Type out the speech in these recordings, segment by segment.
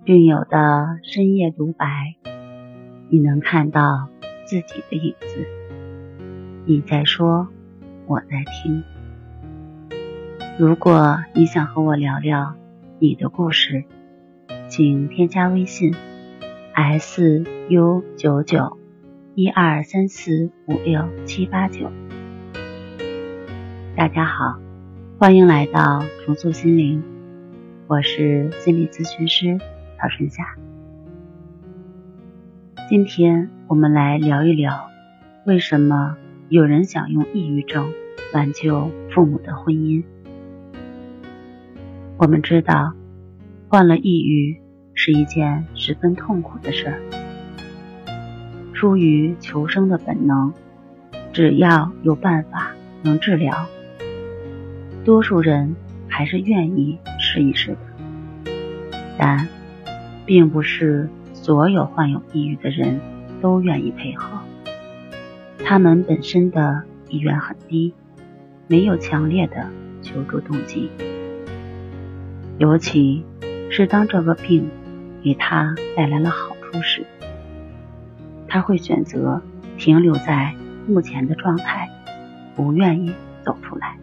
病友的深夜独白，你能看到自己的影子。你在说，我在听。如果你想和我聊聊你的故事，请添加微信 SU991234567889。大家好，欢迎来到重塑心灵，我是心理咨询师曹春霞。今天我们来聊一聊，为什么有人想用抑郁症挽救父母的婚姻。我们知道，患了抑郁是一件十分痛苦的事儿。出于求生的本能，只要有办法能治疗，多数人还是愿意试一试的。但并不是所有患有抑郁的人都愿意配合，他们本身的意愿很低，没有强烈的求助动机。尤其是当这个病给他带来了好处时，他会选择停留在目前的状态，不愿意走出来。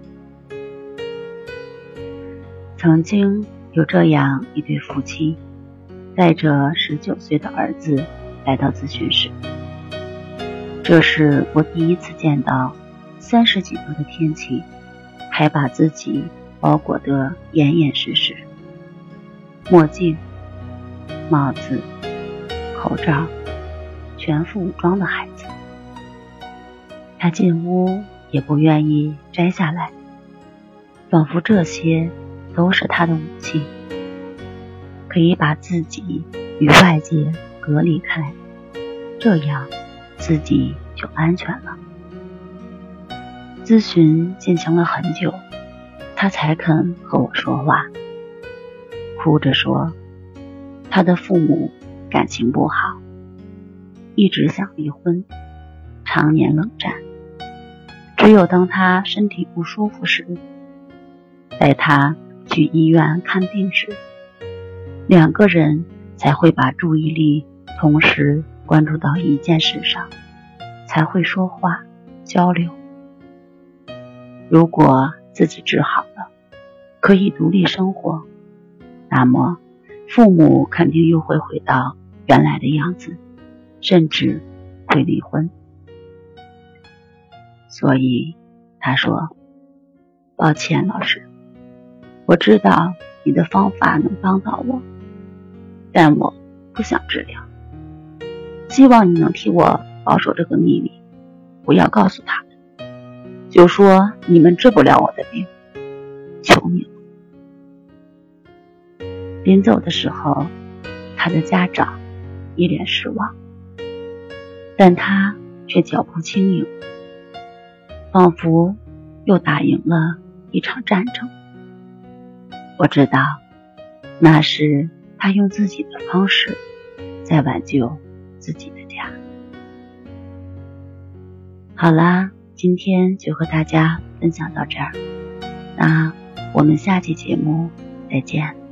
曾经有这样一对夫妻，带着19岁的儿子来到咨询室。这是我第一次见到30几度的天气，还把自己包裹得严严实实，墨镜、帽子、口罩，全副武装的孩子。他进屋也不愿意摘下来，仿佛这些都是他的武器，可以把自己与外界隔离开，这样自己就安全了。咨询进行了很久，他才肯和我说话，哭着说他的父母感情不好，一直想离婚，常年冷战，只有当他身体不舒服时，带他去医院看病时，两个人才会把注意力同时关注到一件事上，才会说话交流。如果自己治好了，可以独立生活，那么父母肯定又会回到原来的样子，甚至会离婚。所以他说，抱歉老师，我知道你的方法能帮到我，但我不想治疗，希望你能替我保守这个秘密，不要告诉他们，就说你们治不了我的病，求你了。临走的时候，他的家长一脸失望，但他却脚步轻盈，仿佛又打赢了一场战争。我知道，那是他用自己的方式在挽救自己的家。好啦，今天就和大家分享到这儿，那我们下期节目再见。